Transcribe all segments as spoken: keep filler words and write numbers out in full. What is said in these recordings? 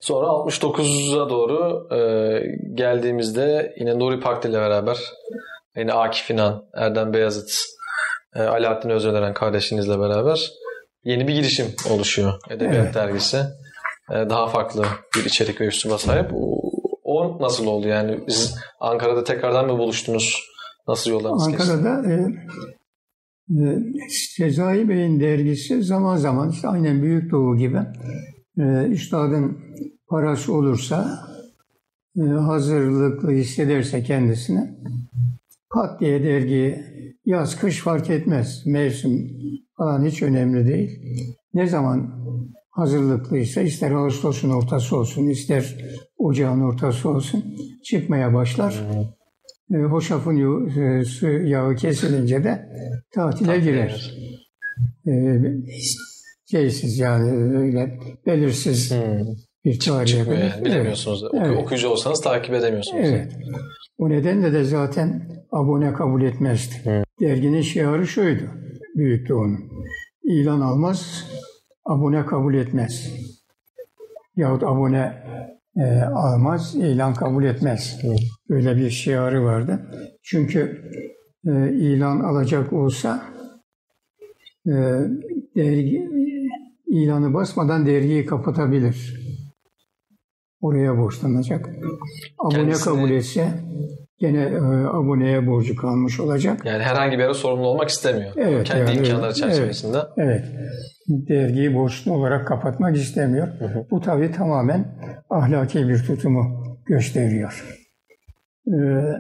Sonra altmış dokuza doğru e, geldiğimizde yine Nuri Pakdil ile beraber yine Akif İnan, Erdem Beyazıt, e, Alaaddin Özdelen kardeşinizle beraber yeni bir girişim oluşuyor. Edebiyat evet. Dergisi. E, daha farklı bir içerik ve üsluba sahip. O, o nasıl oldu yani? Siz Ankara'da tekrardan mı buluştunuz? Nasıl yollarınız geçti? Ankara'da e, e, Sezai Bey'in dergisi zaman zaman işte aynen Büyük Doğu gibi e, üstadın parası olursa e, hazırlıklı hissederse kendisini pat diye dergi yaz kış fark etmez. Mevsim falan hiç önemli değil. Ne zaman hazırlıklıysa ister Ağustos'un ortası olsun ister Ocağın ortası olsun çıkmaya başlar. E, hoşafın yağı, e, su yağı kesilince de tatile girer. E, şeysiz yani öyle belirsiz hmm. bir tarihe kadar. Yani, bilemiyorsunuz. Evet. Oku, evet. Okuyucu olsanız takip edemiyorsunuz. Evet. O nedenle de zaten abone kabul etmezdi. Hmm. Derginin şiarı şuydu. Büyük Doğu'nun. İlan almaz, abone kabul etmez. Yahut abone e, almaz, ilan kabul etmez. Hmm. Böyle bir şiarı vardı. Çünkü e, ilan alacak olsa e, dergi ilanı basmadan dergiyi kapatabilir. Oraya borçlanacak. Abone Kendisine... kabul etse gene e, aboneye borcu kalmış olacak. Yani herhangi bir yere sorumlu olmak istemiyor. Evet, kendi yani, imkanları çerçevesinde. Evet, evet. Dergiyi borçlu olarak kapatmak istemiyor. Hı hı. Bu tabii tamamen ahlaki bir tutumu gösteriyor. Ee,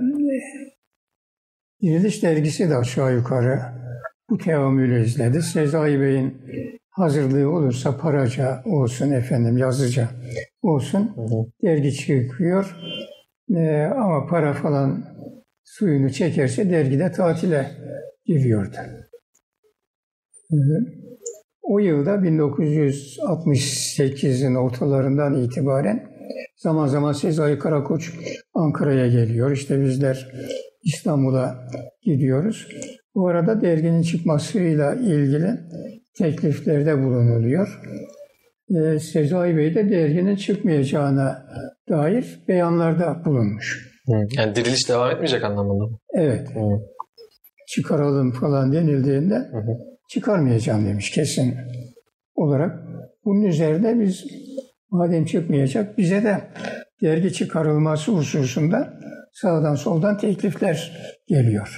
Diriliş Dergisi de aşağı yukarı bu teamülü izledi. Sezai Bey'in hazırlığı olursa paraca olsun efendim, yazıca olsun. Hı hı. Dergi çıkıyor. Ee, ama para falan suyunu çekerse dergide tatile giriyordu. Ee, o yılda bin dokuz yüz altmış sekizin ortalarından itibaren zaman zaman Sezai Karakoç Ankara'ya geliyor. İşte bizler İstanbul'a gidiyoruz. Bu arada derginin çıkmasıyla ilgili tekliflerde bulunuluyor. Ee, Sezai Bey de derginin çıkmayacağına dair beyanlarda bulunmuş. Yani diriliş devam etmeyecek anlamında mı? Evet. Hı. Çıkaralım falan denildiğinde hı hı. çıkarmayacağım demiş kesin olarak. Bunun üzerine biz madem çıkmayacak bize de dergi çıkarılması hususunda sağdan soldan teklifler geliyor.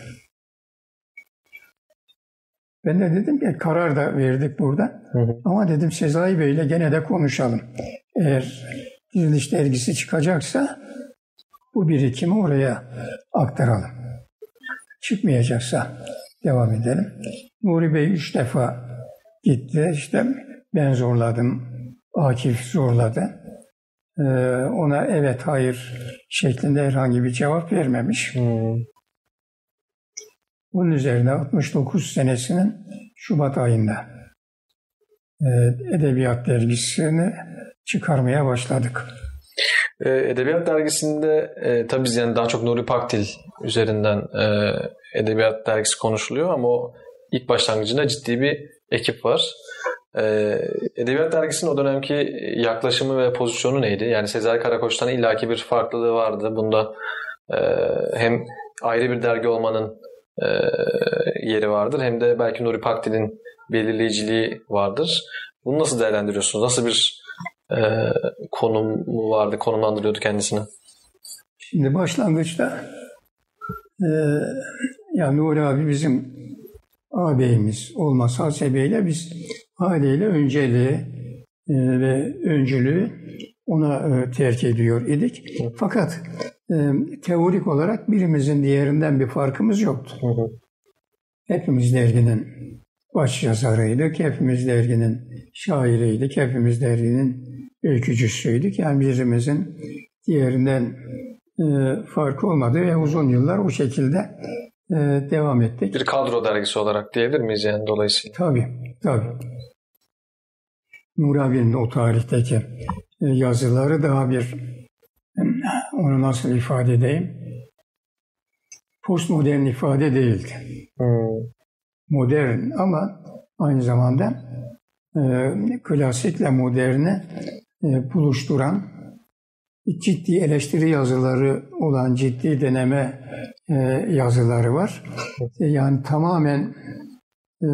Ben de dedim ki karar da verdik burada. Hı hı. Ama dedim Sezai Bey ile gene de konuşalım. Eğer Diriliş Dergisi çıkacaksa bu birikimi oraya aktaralım. Çıkmayacaksa devam edelim. Nuri Bey üç defa gitti. İşte ben zorladım. Akif zorladı. Ee, ona evet hayır şeklinde herhangi bir cevap vermemiş. Hmm. Bunun üzerine altmış dokuz senesinin Şubat ayında e, Edebiyat Dergisi'ni çıkarmaya başladık. Edebiyat Dergisi'nde e, tabii biz yani daha çok Nuri Pakdil üzerinden e, Edebiyat Dergisi konuşuluyor ama o ilk başlangıcında ciddi bir ekip var. E, Edebiyat Dergisi'nin o dönemki yaklaşımı ve pozisyonu neydi? Yani Sezai Karakoç'tan illaki bir farklılığı vardı. Bunda e, hem ayrı bir dergi olmanın e, yeri vardır hem de belki Nuri Pakdil'in belirleyiciliği vardır. Bunu nasıl değerlendiriyorsunuz? Nasıl bir e, konum mu vardı, konumlandırıyordu kendisini? Şimdi başlangıçta e, ya Nuri abi bizim ağabeyimiz olması hasebiyle biz haliyle önceliği e, ve öncülüğü ona e, terk ediyor idik. Hı. Fakat e, teorik olarak birimizin diğerinden bir farkımız yoktu. Hı hı. Hepimiz derginin baş yazarıydık, hepimiz derginin şairiydik, hepimiz derginin öykücüsüydük. Yani birimizin diğerinden e, farkı olmadı ve uzun yıllar o şekilde e, devam ettik. Bir kadro dergisi olarak diyebilir miyiz yani dolayısıyla? Tabii, tabii. Nuri abinin o tarihteki e, yazıları daha bir, onu nasıl ifade edeyim, postmodern ifade değildi. Hmm. Modern ama aynı zamanda e, klasikle moderni e, buluşturan, ciddi eleştiri yazıları olan ciddi deneme e, yazıları var. E, yani tamamen e,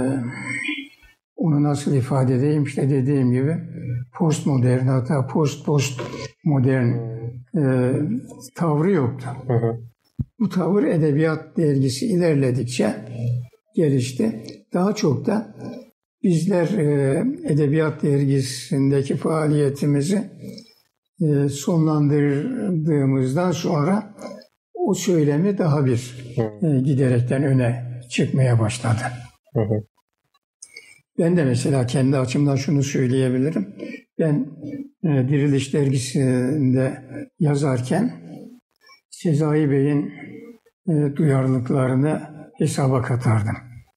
onu nasıl ifade edeyim, işte dediğim gibi postmodern, hatta post post modern e, tavrı yoktu. Hı hı. Bu tavır Edebiyat Dergisi ilerledikçe gelişti. Daha çok da bizler e, Edebiyat Dergisi'ndeki faaliyetimizi e, sonlandırdığımızdan sonra o söylemi daha bir e, giderekten öne çıkmaya başladı. Hı hı. Ben de mesela kendi açımdan şunu söyleyebilirim. Ben e, Diriliş Dergisi'nde yazarken Sezai Bey'in e, duyarlılıklarını hesaba katardım.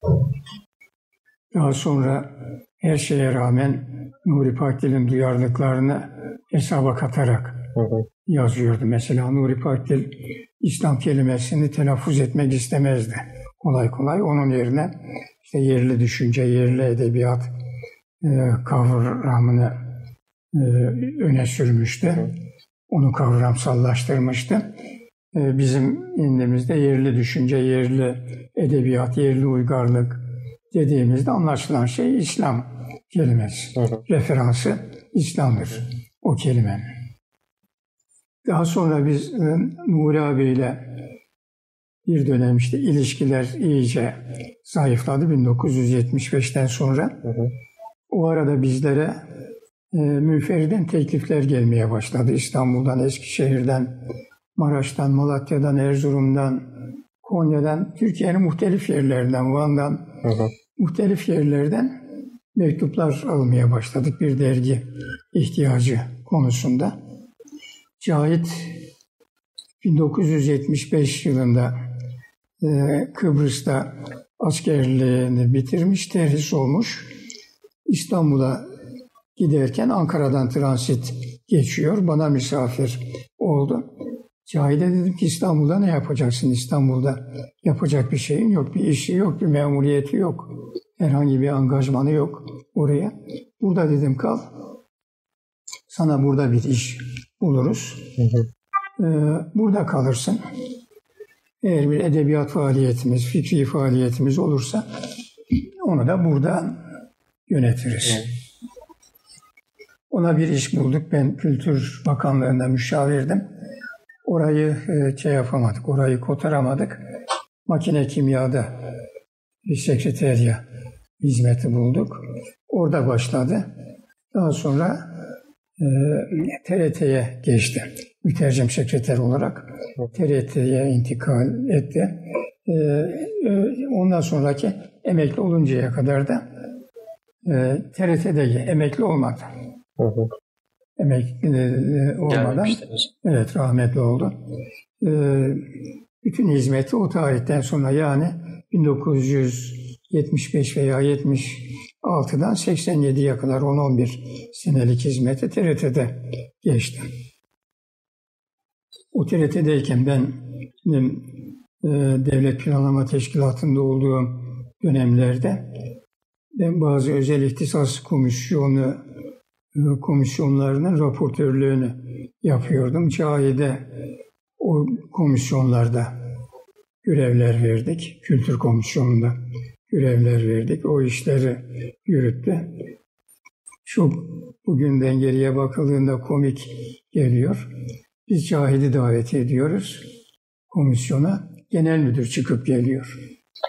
Daha sonra her şeye rağmen Nuri Pakdil'in duyarlılıklarını hesaba katarak hı hı. yazıyordu. Mesela Nuri Pakdil İslam kelimesini telaffuz etmek istemezdi kolay kolay. Onun yerine işte yerli düşünce, yerli edebiyat e, kavramını e, öne sürmüştü. Hı. Onu kavramsallaştırmıştı. E, bizim indimizde yerli düşünce, yerli edebiyat, yerli uygarlık dediğimizde anlaşılan şey İslam kelimesi. Hı hı. Referansı İslam'dır o kelimenin. Daha sonra biz e, Nuri abiyle bir dönem işte ilişkiler iyice zayıfladı bin dokuz yüz yetmiş beşten sonra. Hı hı. O arada bizlere e, münferiden teklifler gelmeye başladı. İstanbul'dan, Eskişehir'den, Maraş'tan, Malatya'dan, Erzurum'dan, Konya'dan, Türkiye'nin muhtelif yerlerinden, Van'dan, hı hı. muhtelif yerlerden mektuplar almaya başladık bir dergi ihtiyacı konusunda. Cahit bin dokuz yüz yetmiş beş yılında e, Kıbrıs'ta askerliğini bitirmiş, terhis olmuş. İstanbul'a giderken Ankara'dan transit geçiyor. Bana misafir oldu. Cahit'e dedim ki İstanbul'da ne yapacaksın? İstanbul'da yapacak bir şeyin yok, bir işi yok, bir memuriyeti yok. Herhangi bir angajmanı yok oraya. Burada dedim kal. Sana burada bir iş buluruz. Hı hı. Ee, burada kalırsın. Eğer bir edebiyat faaliyetimiz, fikri faaliyetimiz olursa onu da burada yönetiriz. Hı. Ona bir iş bulduk. Ben Kültür Bakanlığı'nda müşavirdim. Orayı e, şey yapamadık, orayı kotaramadık. Makine kimyada bir sekreterya hizmeti bulduk. Orada başladı. Daha sonra e, T R T'ye geçti. Mütercim sekreter olarak T R T'ye intikal etti. E, e, ondan sonraki emekli oluncaya kadar da e, T R T'de emekli olmadı. Hı hı. Emekli e, olmadan evet rahmetli oldu. E, bütün hizmeti o tarihten sonra yani bin dokuz yüz yetmiş beş veya yetmiş altıdan seksen yediye kadar on on bir senelik hizmeti T R T'de geçti. O T R T'deyken ben e, Devlet Planlama Teşkilatı'nda olduğum dönemlerde ben bazı özel ihtisas komisyonu e, komisyonlarının raportörlüğünü yapıyordum. Cahide o komisyonlarda görevler verdik. Kültür Komisyonu'nda görevler verdik. O işleri yürüttü. Çok bugünden geriye bakıldığında komik geliyor. Biz Cahit'i davet ediyoruz komisyona. Genel müdür çıkıp geliyor.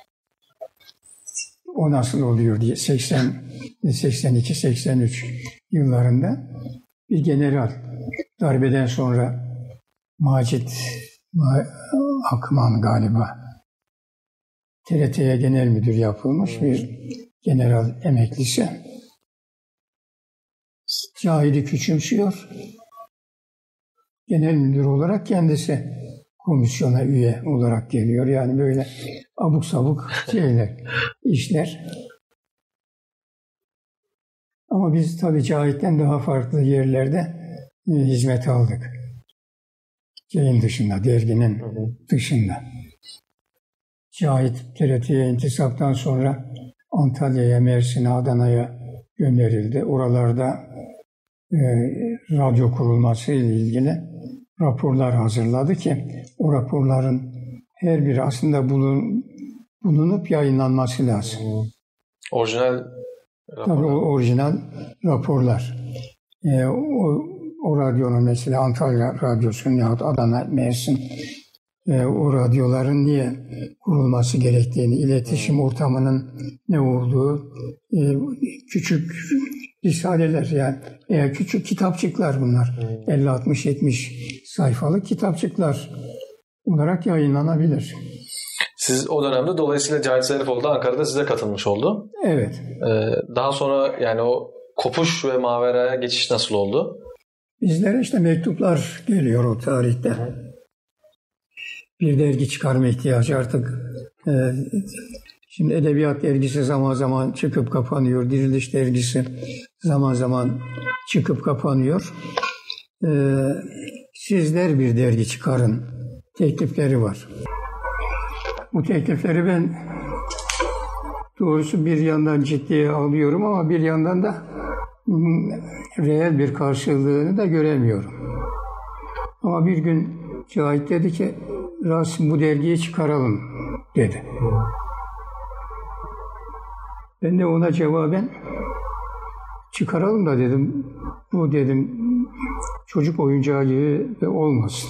O nasıl oluyor diye seksen, seksen iki seksen üç yıllarında bir general darbeden sonra Macit Akman galiba T R T'ye genel müdür yapılmış bir general emeklisi. Cahit'i küçümsüyor. Genel müdür olarak kendisi komisyona üye olarak geliyor. Yani böyle abuk sabuk şeyler, işler. Ama biz tabii Cahit'ten daha farklı yerlerde e, hizmet aldık. Şeyin dışında, derginin dışında. Cahit T R T'ye intisaptan sonra Antalya'ya, Mersin'e, Adana'ya gönderildi. Oralarda e, radyo kurulması ile ilgili raporlar hazırladı ki o raporların her biri aslında bulun, bulunup yayınlanması lazım. Orijinal raporlar. Tabii o orijinal raporlar. E, o, o radyonun mesela Antalya Radyosu'nun yahut Adana Mersin e, o radyoların niye kurulması gerektiğini, iletişim ortamının ne olduğu, e, küçük risaleler yani veya küçük kitapçıklar bunlar. elli altmış yetmiş sayfalık kitapçıklar olarak yayınlanabilir. Siz o dönemde dolayısıyla Cahit Zarifoğlu da Ankara'da size katılmış oldu. Evet. Ee, daha sonra yani o kopuş ve Mavera'ya geçiş nasıl oldu? Bizlere işte mektuplar geliyor o tarihte. Bir dergi çıkarma ihtiyacı artık. E, şimdi Edebiyat dergisi zaman zaman çıkıp kapanıyor. Diriliş dergisi zaman zaman çıkıp kapanıyor. E, sizler bir dergi çıkarın teklifleri var. Bu teklifleri ben doğrusu bir yandan ciddiye alıyorum ama bir yandan da reel bir karşılığını da göremiyorum. Ama bir gün Cahit dedi ki Rasim bu dergiyi çıkaralım dedi. Ben de ona cevaben çıkaralım da dedim. Bu dedim çocuk oyuncağı gibi olmasın.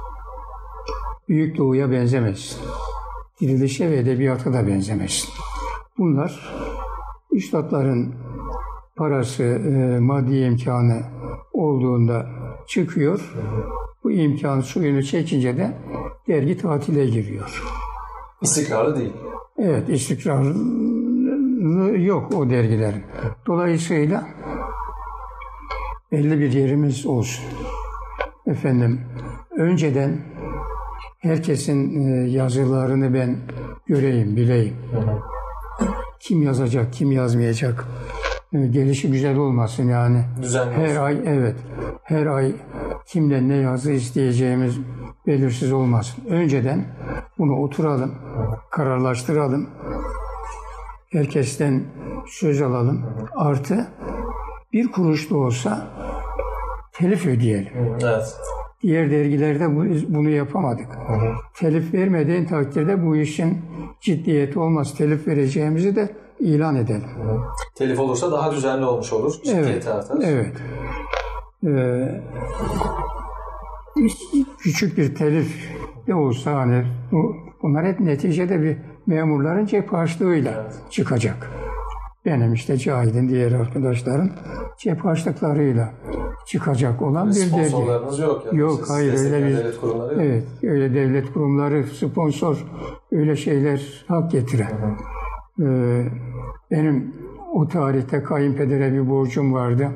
Büyük Doğu'ya benzemez. Dirilişe ve edebiyata da benzemez. Bunlar üstadların parası, e, maddi imkanı olduğunda çıkıyor. Bu imkan suyunu çekince de dergi tatile giriyor. İstikrarlı değil. Evet, istikrarlı yok o dergilerin. Dolayısıyla belli bir yerimiz olsun. Efendim, önceden herkesin yazılarını ben göreyim, bileyim. Kim yazacak, kim yazmayacak. Gelişi güzel olmasın yani. Düzenli her olsun. ay evet, her ay kimden ne yazı isteyeceğimiz belirsiz olmasın. Önceden bunu oturalım, kararlaştıralım. Herkesten söz alalım. Artı bir kuruş da olsa telif ödeyelim. Evet. Diğer dergilerde bunu yapamadık. Hı hı. Telif vermediğin takdirde bu işin ciddiyeti olmaz. Telif vereceğimizi de ilan edelim. Hı hı. Telif olursa daha düzenli olmuş olur. Ciddiyeti evet, artar. Evet. Ee, küçük bir telif de olsa hani bu, bunlar hep neticede bir memurların cep harçlığıyla evet. çıkacak. Benim işte Cahit'in diğer arkadaşların cep harçlıklarıyla çıkacak olan bir dergi. Sponsorlarınız yok yani. Yok, Siz hayır öyle bir devlet kurumları yok. Evet, öyle devlet kurumları, sponsor öyle şeyler hak getiren. Hı hı. Ee, benim o tarihte kayınpedere bir borcum vardı.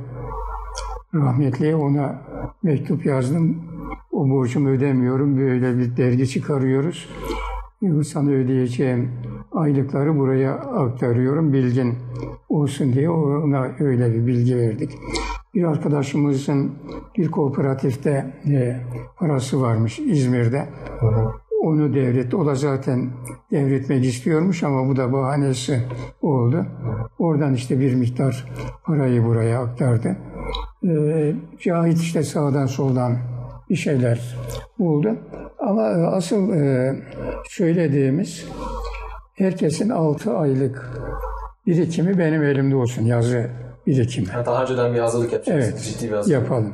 Rahmetliye ona mektup yazdım. O borcumu ödemiyorum. Böyle bir dergi çıkarıyoruz. Sana ödeyeceğim aylıkları buraya aktarıyorum. Bilgin olsun diye ona öyle bir bilgi verdik. Bir arkadaşımızın bir kooperatifte e, parası varmış İzmir'de. Hı hı. Onu devretti. O da zaten devretmek istiyormuş ama bu da bahanesi oldu. Oradan işte bir miktar parayı buraya aktardı. Ee, Cahit işte sağdan soldan bir şeyler buldu. Ama asıl e, söylediğimiz herkesin altı aylık birikimi benim elimde olsun. Yazı birikimi. Yani daha önceden bir hazırlık yapacaksınız. Evet, ciddi bir hazırlık. Yapalım.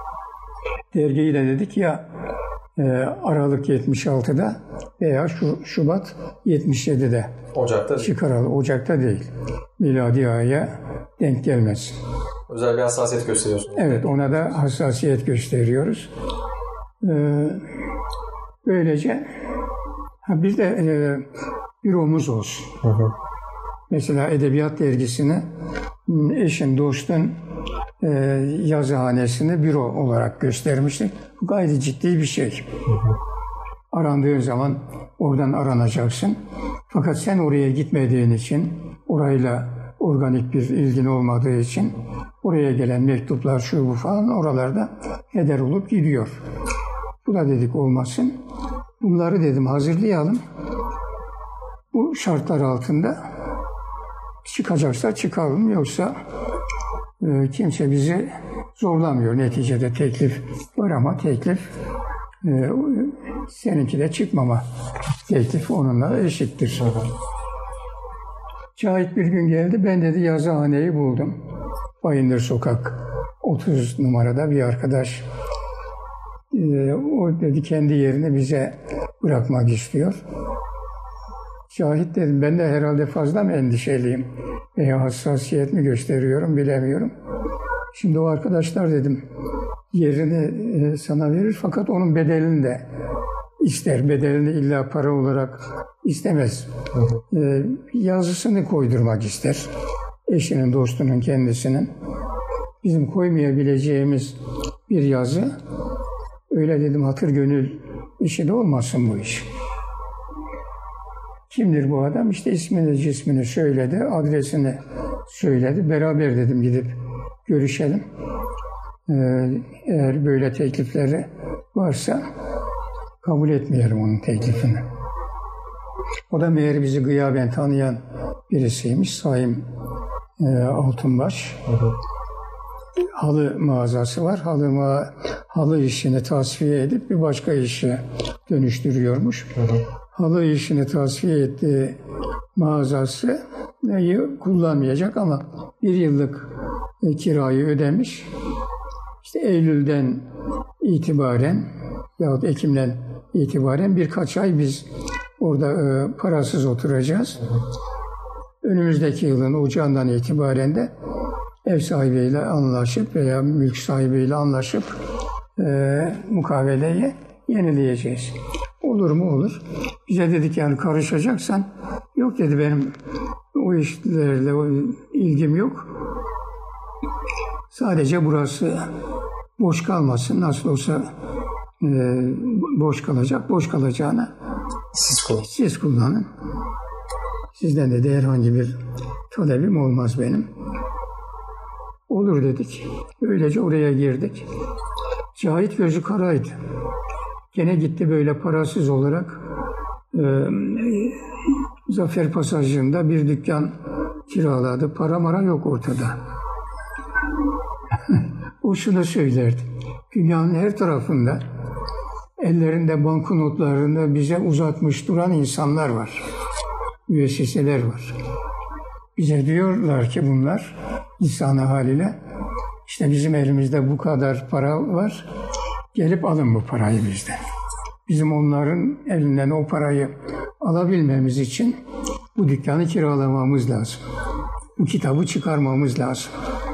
Dergiyi de dedik ya e, Aralık yetmiş altıda veya şu, Şubat yetmiş yedide Ocak'ta çıkaralım. Ocak'ta değil. Miladi aya denk gelmez. Özel bir hassasiyet gösteriyorsunuz. Evet, ona da hassasiyet gösteriyoruz. Ee, böylece ha bir de e, büromuz olsun. Hı hı. Mesela Edebiyat dergisini eşin, dostun e, yazıhanesini büro olarak göstermiştik. Bu gayet ciddi bir şey. Hı hı. Arandığın zaman oradan aranacaksın. Fakat sen oraya gitmediğin için, orayla organik bir ilgin olmadığı için oraya gelen mektuplar, şu bu falan oralarda heder olup gidiyor. Bu da dedik olmasın. Bunları dedim hazırlayalım. Bu şartlar altında çıkacaksa çıkalım, yoksa e, kimse bizi zorlamıyor. Neticede teklif var ama teklif e, seninki de çıkmama teklif onunla eşittir. Cahit bir gün geldi. Ben dedi yazıhaneyi buldum. Bayındır Sokak otuz numarada bir arkadaş. Ee, o dedi kendi yerini bize bırakmak istiyor. Cahit dedim ben de herhalde fazla mı endişeliyim veya hassasiyet mi gösteriyorum bilemiyorum. Şimdi o arkadaşlar dedim yerini e, sana verir fakat onun bedelini de ister. Bedelini illa para olarak istemez. Hı hı. Ee, yazısını koydurmak ister. Eşinin, dostunun, kendisinin. Bizim koymayabileceğimiz bir yazı. Öyle dedim hatır gönül işi de olmasın bu iş. Kimdir bu adam? İşte ismini, cismini söyledi, adresini söyledi. Beraber dedim gidip görüşelim. Ee, eğer böyle teklifleri varsa kabul etmeyelim onun teklifini. O da meğer bizi gıyaben tanıyan birisiymiş. Sayın e, Altunbaş. Hı hı. Halı mağazası var. Halı, ma halı işini tasfiye edip bir başka işe dönüştürüyormuş. Hı hı. Halı işini tasfiye ettiği mağazası neyi kullanmayacak ama bir yıllık e, kirayı ödemiş. İşte Eylül'den itibaren yahut Ekim'den itibaren birkaç ay biz orada e, parasız oturacağız. Önümüzdeki yılın ocağından itibaren de ev sahibiyle anlaşıp veya mülk sahibiyle anlaşıp e, mukaveleyi yenileyeceğiz. Olur mu? Olur. Bize dedik yani karışacaksan, yok dedi benim o işlerle o ilgim yok. Sadece burası boş kalmasın. Nasıl olsa e, boş kalacak. Boş kalacağına siz kullanın. Siz kullanın. Sizden de herhangi bir talebim olmaz benim. Olur dedik. Öylece oraya girdik. Cahit gözü karaydı. Gene gitti böyle parasız olarak e, Zafer Pasajı'nda bir dükkan kiraladı. Para mara yok ortada. O şunu söylerdi. Dünyanın her tarafında ellerinde banknotlarını bize uzatmış duran insanlar var. Müesseseler var. Bize diyorlar ki bunlar lisan-ı haliyle işte bizim elimizde bu kadar para var. Gelip alın bu parayı bizden. Bizim onların elinden o parayı alabilmemiz için bu dükkanı kiralamamız lazım. Bu kitabı çıkarmamız lazım.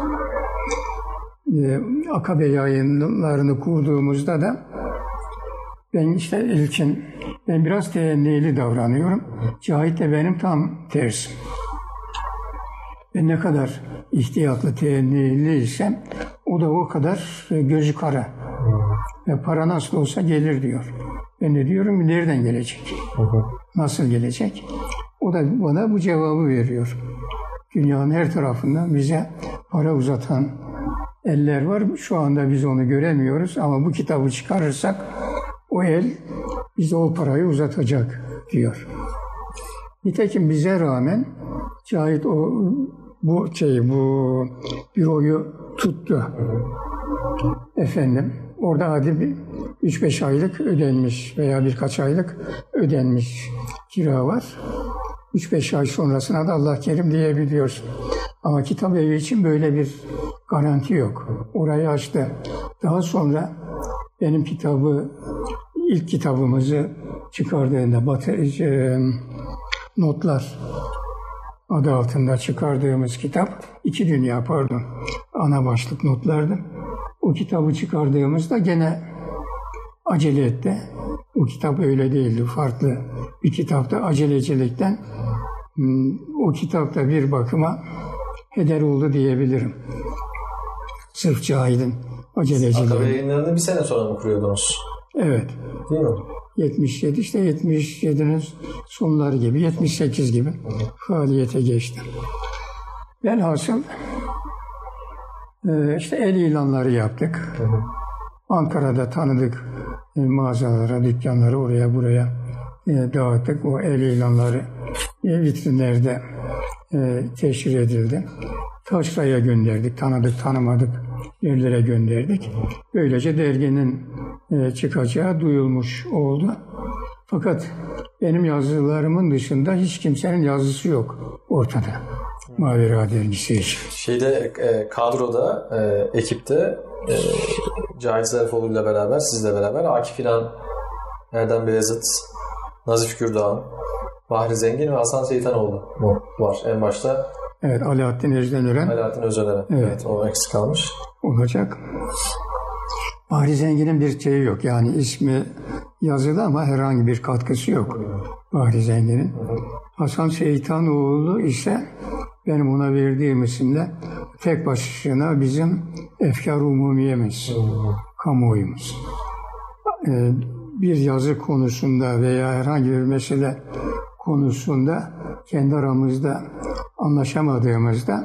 Ee, Akabe yayınlarını kurduğumuzda da ben işte ilkin, ben biraz teenniyle davranıyorum. Cahit de benim tam tersim. Ben ne kadar ihtiyatlı teenniysem o da o kadar gözü kara. Ve para nasıl olsa gelir diyor. Ben de diyorum ki nereden gelecek? Nasıl gelecek? O da bana bu cevabı veriyor. Dünyanın her tarafından bize para uzatan eller var. Şu anda biz onu göremiyoruz ama bu kitabı çıkarırsak o el bize o parayı uzatacak diyor. Nitekim bize rağmen Cahit o bu şeyi bu büroyu tuttu. Efendim orada hadi bir üç beş aylık ödenmiş veya birkaç aylık ödenmiş kira var. üç beş ay sonrasına da Allah kerim diyebiliyorsun. Ama kitap evi için böyle bir garanti yok. Orayı açtı. Daha sonra benim kitabı, ilk kitabımızı çıkardığında Batı, e, Notlar adı altında çıkardığımız kitap, iki dünya pardon, ana başlık notlardı. O kitabı çıkardığımızda gene acele etti. O kitap öyle değildi, farklı bir kitapta acelecilikten o kitapta bir bakıma heder oldu diyebilirim. Sırf Cahit'in aceleciliği. Akabe yayınlarını bir sene sonra mı kuruyordunuz? Evet. Değil mi? yetmiş yedi işte yetmiş yedinin sonları gibi, yetmiş sekiz gibi faaliyete geçti. Velhasıl işte el ilanları yaptık. Hı hı. Ankara'da tanıdık mağazalara, dükkanları oraya buraya dağıttık. O el ilanları vitrinlerde e, teşhir edildi. Taşra'ya gönderdik, tanıdık tanımadık yerlere gönderdik. Böylece derginin e, çıkacağı duyulmuş oldu. Fakat benim yazılarımın dışında hiç kimsenin yazısı yok ortada. Mavera dergisi için. Şeyde e, kadroda, e, ekipte e, Cahit Zarifoğlu ile beraber, sizle beraber Akif İnan, Erdem Beyazıt, Nazif Gürdağan, Bahri Zengin ve Hasan Seyitanoğlu var en başta. Evet, Alaaddin Ejdenören. Alaaddin Özdönen. Evet. evet, o eksik kalmış. Olacak. Bahri Zengin'in bir şeyi yok. Yani ismi yazılı ama herhangi bir katkısı yok Bahri Zengin'in. Hasan Seyitanoğlu ise benim ona verdiğim isimle tek başına bizim efkar umumiyemiz, kamuoyumuz. Ee, bir yazı konusunda veya herhangi bir mesele konusunda kendi aramızda anlaşamadığımızda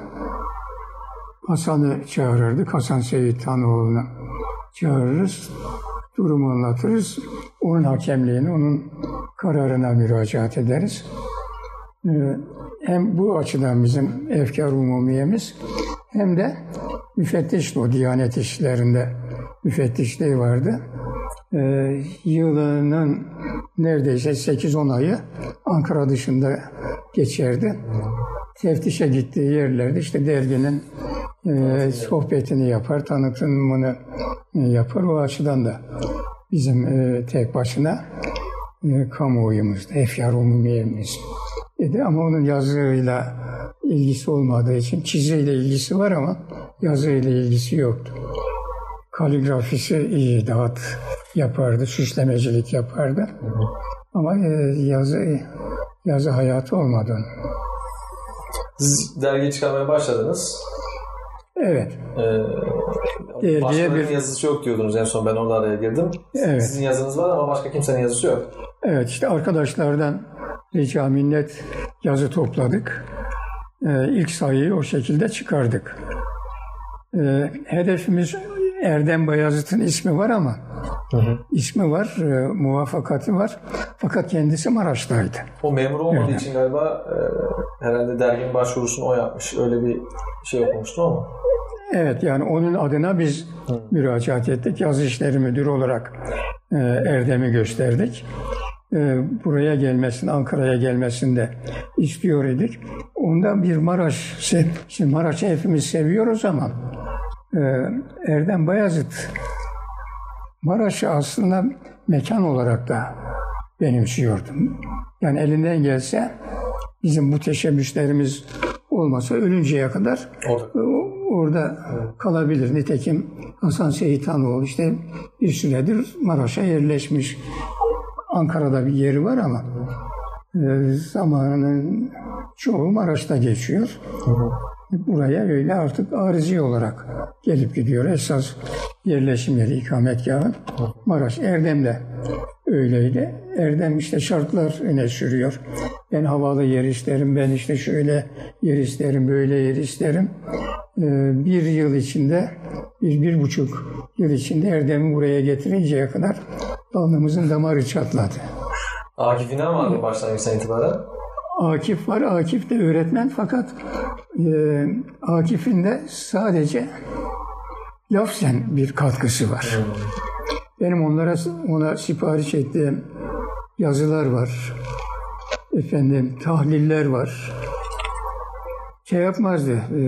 Hasan'ı çağırırdık. Hasan Seyitanoğlu'nu çağırırız. Durumu anlatırız. Onun hakemliğini, onun kararına müracaat ederiz. Ee, hem bu açıdan bizim efkar umumiyemiz hem de müfettişti, o Diyanet işlerinde müfettişliği vardı. Ee, yılının neredeyse sekiz on ayı Ankara dışında geçerdi. Teftişe gittiği yerlerde işte derginin e, sohbetini yapar, tanıtımını e, yapar. O açıdan da bizim e, tek başına e, kamuoyumuzda, efkar umumiyemiz dedi. Ama onun yazıyla ilgisi olmadığı için çiziyle ilgisi var ama yazıyla ilgisi yoktu. Kaligrafisi iyi, dağıt yapardı, süslemecilik yapardı. Ama e, yazı yazı hayatı olmadı onun. Siz dergi çıkarmaya başladınız. Evet. Ee, başkalarının bir yazısı yok diyordunuz en son, ben orada araya girdim. Evet. Sizin yazınız var ama başka kimsenin yazısı yok. Evet, işte arkadaşlardan rica minnet yazı topladık. Ee, ilk sayıyı o şekilde çıkardık. Ee, hedefimiz Erdem Bayazıt'ın ismi var ama hı hı. ismi var, e, muvaffakatı var. Fakat kendisi Maraş'taydı. O memur olmadığı evet. için galiba e, herhalde derginin başvurusunu o yapmış. Öyle bir şey okumuştum ama. Evet, yani onun adına biz hı. müracaat ettik. Yazı işleri müdürü olarak e, Erdem'i gösterdik. E, buraya gelmesini, Ankara'ya gelmesini de istiyor idik. Onda bir Maraş, şimdi Maraş'ı hepimiz seviyoruz ama Erdem Bayazıt Maraş'ı aslında mekan olarak da benimsiyordu. Yani elinden gelse bizim bu teşebbüslerimiz olmasa ölünceye kadar orada, orada kalabilir. Nitekim Hasan Seyitanoğlu işte bir süredir Maraş'a yerleşmiş. Ankara'da bir yeri var ama zamanının çoğu Maraş'ta geçiyor. Buraya öyle artık arizi olarak gelip gidiyor. Esas yerleşim yeri, ikametgahı Maraş. Erdem de öyleydi. Erdem işte şartlar öne sürüyor. Ben havalı yer isterim, ben işte şöyle yer isterim, böyle yer isterim. Ee, bir yıl içinde, bir, bir buçuk yıl içinde Erdem'i buraya getirinceye kadar alnımızın damarı çatladı. Akif İnan var mı başlangıçtan itibaren? Akif var. Akif de öğretmen fakat e, Akif'in de sadece lafzen bir katkısı var. Hmm. Benim onlara ona sipariş ettiğim yazılar var. Efendim tahliller var. Şey yapmazdı. E,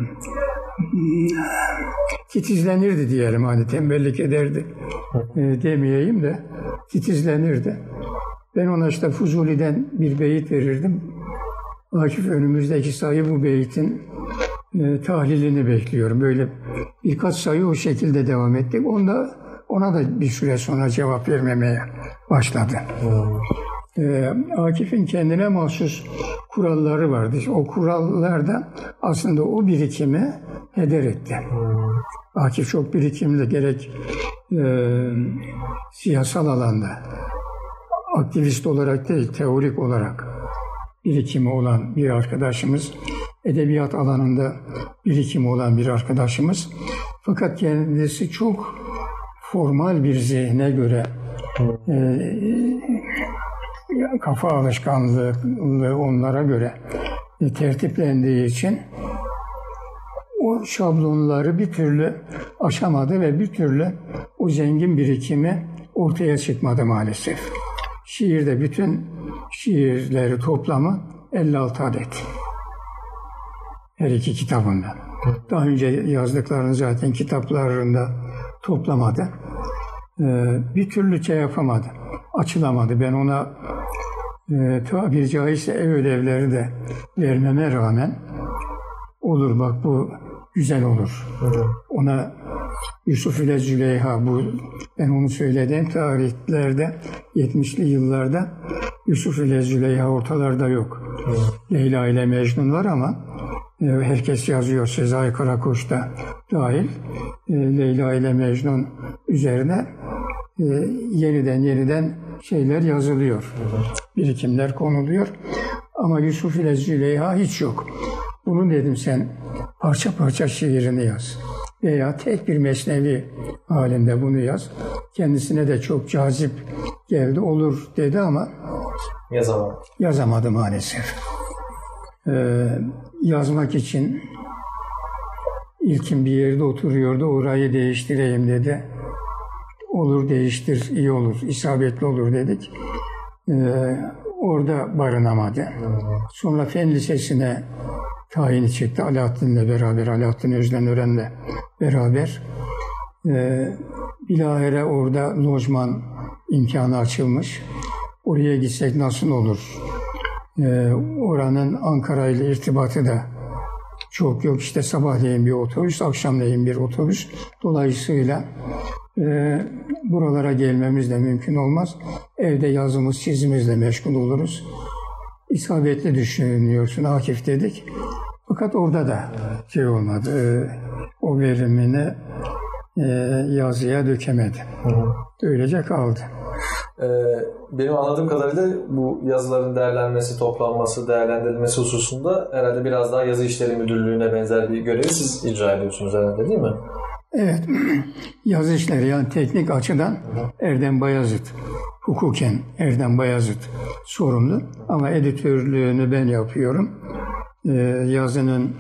titizlenirdi diyelim, hani tembellik ederdi e, demeyeyim de titizlenirdi. Ben ona işte Fuzuli'den bir beyit verirdim. Akif önümüzdeki sayı bu beyitin e, tahlilini bekliyorum. Böyle birkaç sayı o şekilde devam ettik. Onda, ona da bir süre sonra cevap vermemeye başladı. Hmm. E, Akif'in kendine mahsus kuralları vardı. O kurallarda aslında o birikimi heder etti. Hmm. Akif çok birikimli, gerek e, siyasal alanda, aktivist olarak değil, teorik olarak birikimi olan bir arkadaşımız, edebiyat alanında birikimi olan bir arkadaşımız. Fakat kendisi çok formal bir zihne göre e, kafa alışkanlığı onlara göre e, tertiplendiği için o şablonları bir türlü aşamadı ve bir türlü o zengin birikimi ortaya çıkmadı maalesef. Şiirde bütün şiirleri toplamı elli altı adet. Her iki kitabından. Daha önce yazdıklarını zaten kitaplarında toplamadı. Ee, bir türlü şey yapamadı. Açılamadı. Ben ona e, tabiri caizse ev ödevleri de vermeme rağmen olur bak bu güzel olur. Ona Yusuf ile Züleyha, bu ben onu söylediğim tarihlerde yetmişli yıllarda Yusuf ile Züleyha ortalarda yok. Leyla ile Mecnun var ama e, herkes yazıyor. Sezai Karakoç da dahil. E, Leyla ile Mecnun üzerine e, yeniden yeniden şeyler yazılıyor. Birikimler konuluyor. Ama Yusuf ile Züleyha hiç yok. Bunu dedim, sen parça parça şiirini yaz. Veya tek bir mesnevi halinde bunu yaz. Kendisine de çok cazip geldi, olur dedi ama yazamadı. Yazamadı maalesef. Ee, yazmak için ilkin bir yerde oturuyordu, orayı değiştireyim dedi. Olur, değiştir, iyi olur, isabetli olur dedik. Ee, orada barınamadı. Sonra Fen Lisesi'ne tayini çekti Alaaddin'le beraber, Alaaddin Özdenören'le beraber. Ee, bilahare orada lojman imkanı açılmış. Oraya gitsek nasıl olur? Ee, oranın Ankara ile irtibatı da çok yok. İşte sabahleyin bir otobüs, akşamleyin bir otobüs. Dolayısıyla e, buralara gelmemiz de mümkün olmaz. Evde yazımız, çizimizle meşgul oluruz. İsabetli düşünüyorsun Akif dedik. Fakat orada da şey olmadı. E, o verimini e, yazıya dökemedi. Hı hı. Öylece kaldı. Ee, benim anladığım kadarıyla bu yazıların değerlenmesi, toplanması, değerlendirilmesi hususunda herhalde biraz daha yazı işleri müdürlüğüne benzer bir görevi siz icra ediyorsunuz herhalde, değil mi? Evet. Yazı işleri, yani teknik açıdan Erdem Bayazıt, hukuken Erdem Bayazıt sorumlu. Ama editörlüğünü ben yapıyorum. Ee, yazının,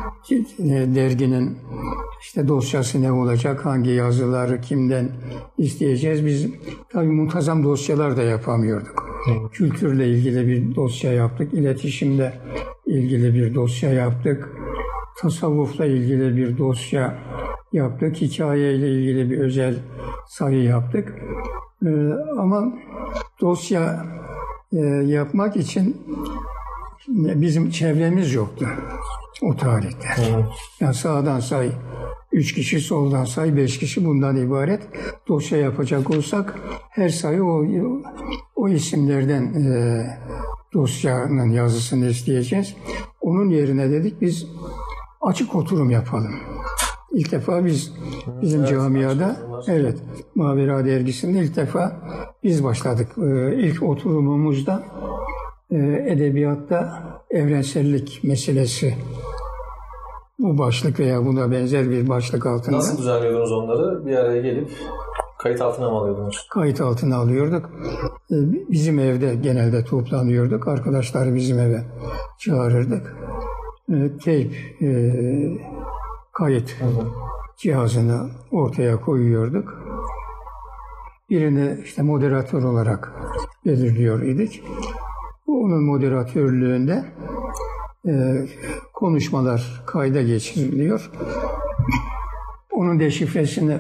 derginin işte dosyası ne olacak, hangi yazıları kimden isteyeceğiz. Biz tabii muntazam dosyalar da yapamıyorduk. Evet. Kültürle ilgili bir dosya yaptık, iletişimle ilgili bir dosya yaptık, tasavvufla ilgili bir dosya yaptık, hikayeyle ilgili bir özel sayı yaptık. Ee, ama dosya e, yapmak için bizim çevremiz yoktu o tarihte. Evet. Yani sağdan say üç kişi, soldan say beş kişi, bundan ibaret. Dosya yapacak olsak her sayı o, o isimlerden e, dosyanın yazısını isteyeceğiz. Onun yerine dedik biz açık oturum yapalım. İlk defa biz bizim evet, camiada, evet, Mavera dergisinde ilk defa biz başladık. Ee, ilk oturumumuzda e, edebiyatta evrensellik meselesi, bu başlık veya buna benzer bir başlık altında. Nasıl düzenliyordunuz onları? Bir araya gelip kayıt altına mı alıyordunuz? Kayıt altına alıyorduk. Ee, bizim evde genelde toplanıyorduk. Arkadaşları bizim eve çağırırdık. Ee, teyp e, kayıt hı hı. cihazını ortaya koyuyorduk. Birini işte moderatör olarak belirliyor idik. Onun moderatörlüğünde e, konuşmalar kayda geçiriliyor. Onun deşifresini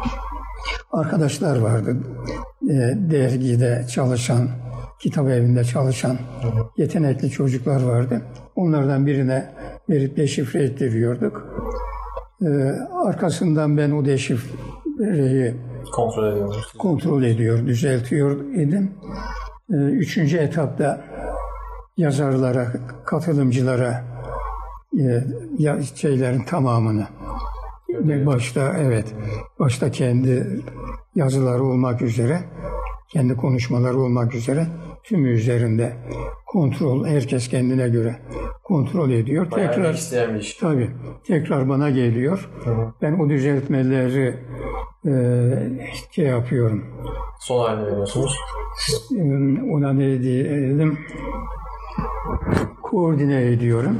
arkadaşlar vardı. E, dergide çalışan, kitap evinde çalışan yetenekli çocuklar vardı. Onlardan birine verip deşifre ettiriyorduk. Ee, arkasından ben o deşifreyi kontrol ediyor, kontrol ediyor, düzeltiyor idim. Ee, üçüncü etapta yazarlara, katılımcılara e, ya, şeylerin tamamını ve başta evet, başta kendi yazıları olmak üzere, kendi konuşmaları olmak üzere tümü üzerinde kontrol, herkes kendine göre kontrol ediyor. Bayağı tekrar isteyen bir iş. Tabii. Tekrar bana geliyor. Hı hı. Ben o düzeltmeleri e, şey yapıyorum. Son haline veriyorsunuz. E, ona ne diyelim? koordine ediyorum.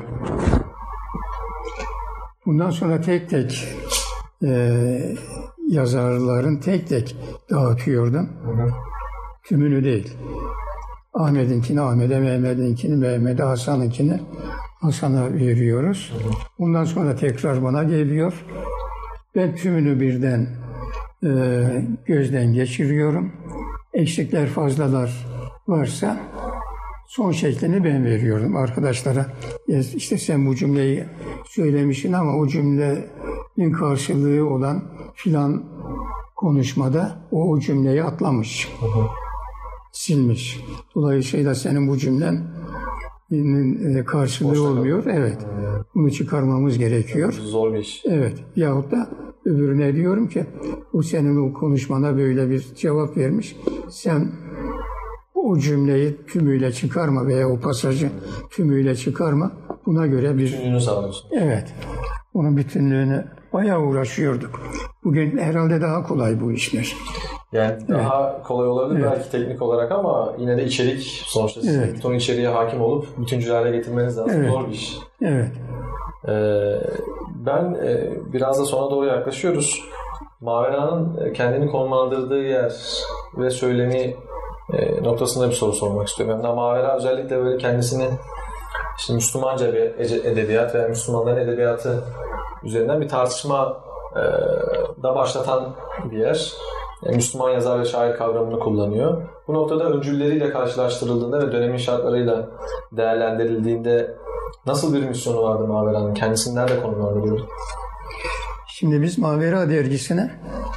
Bundan sonra tek tek e, yazarların tek tek dağıtıyordum. Hı hı. Tümünü değil. Ahmet'inkini Ahmet'e, Mehmet'inkini Mehmet'e, Hasan'ınkini Hasan'a veriyoruz. Hı hı. Bundan sonra tekrar bana geliyor. Ben tümünü birden e, gözden geçiriyorum. Eksikler, fazlalar varsa son şeklini ben veriyorum arkadaşlara. İşte sen bu cümleyi söylemişsin ama o cümlenin karşılığı olan filan konuşmada o, o cümleyi atlamış, hı hı. silmiş. Dolayısıyla senin bu cümlenin karşılığı Boşta olmuyor. Kaldı. Evet. Hmm. Bunu çıkarmamız gerekiyor. Zor bir iş. Evet. Yahut da öbürüne diyorum ki bu senin o konuşmana böyle bir cevap vermiş. Sen o cümleyi tümüyle çıkarma veya o pasajı tümüyle çıkarma. Buna göre bir... Bütünlüğünü sağlıyorsun. Evet. Onun bütünlüğüne bayağı uğraşıyorduk. Bugün herhalde daha kolay bu işler. Yani evet. Daha kolay olabilir evet. belki teknik olarak ama yine de içerik sonuçta sizin evet. bütün içeriğe hakim olup bütüncül hale getirmeniz lazım. Evet. Zor bir iş. Evet. Ee, ben e, biraz da sona doğru yaklaşıyoruz. Mavera'nın kendini konumlandırdığı yer ve söylemi e, noktasında bir soru sormak istiyorum. Yani Mavera özellikle böyle kendisini işte Müslümanca bir edebiyat veya Müslümanların edebiyatı üzerinden bir tartışma e, da başlatan bir yer. E, Müslüman yazar ve şair kavramını kullanıyor. Bu noktada öncülleriyle karşılaştırıldığında ve dönemin şartlarıyla değerlendirildiğinde nasıl bir misyonu vardı Mavera'nın? Kendisini nerede konumlandırıyordu? Şimdi biz Mavera dergisinin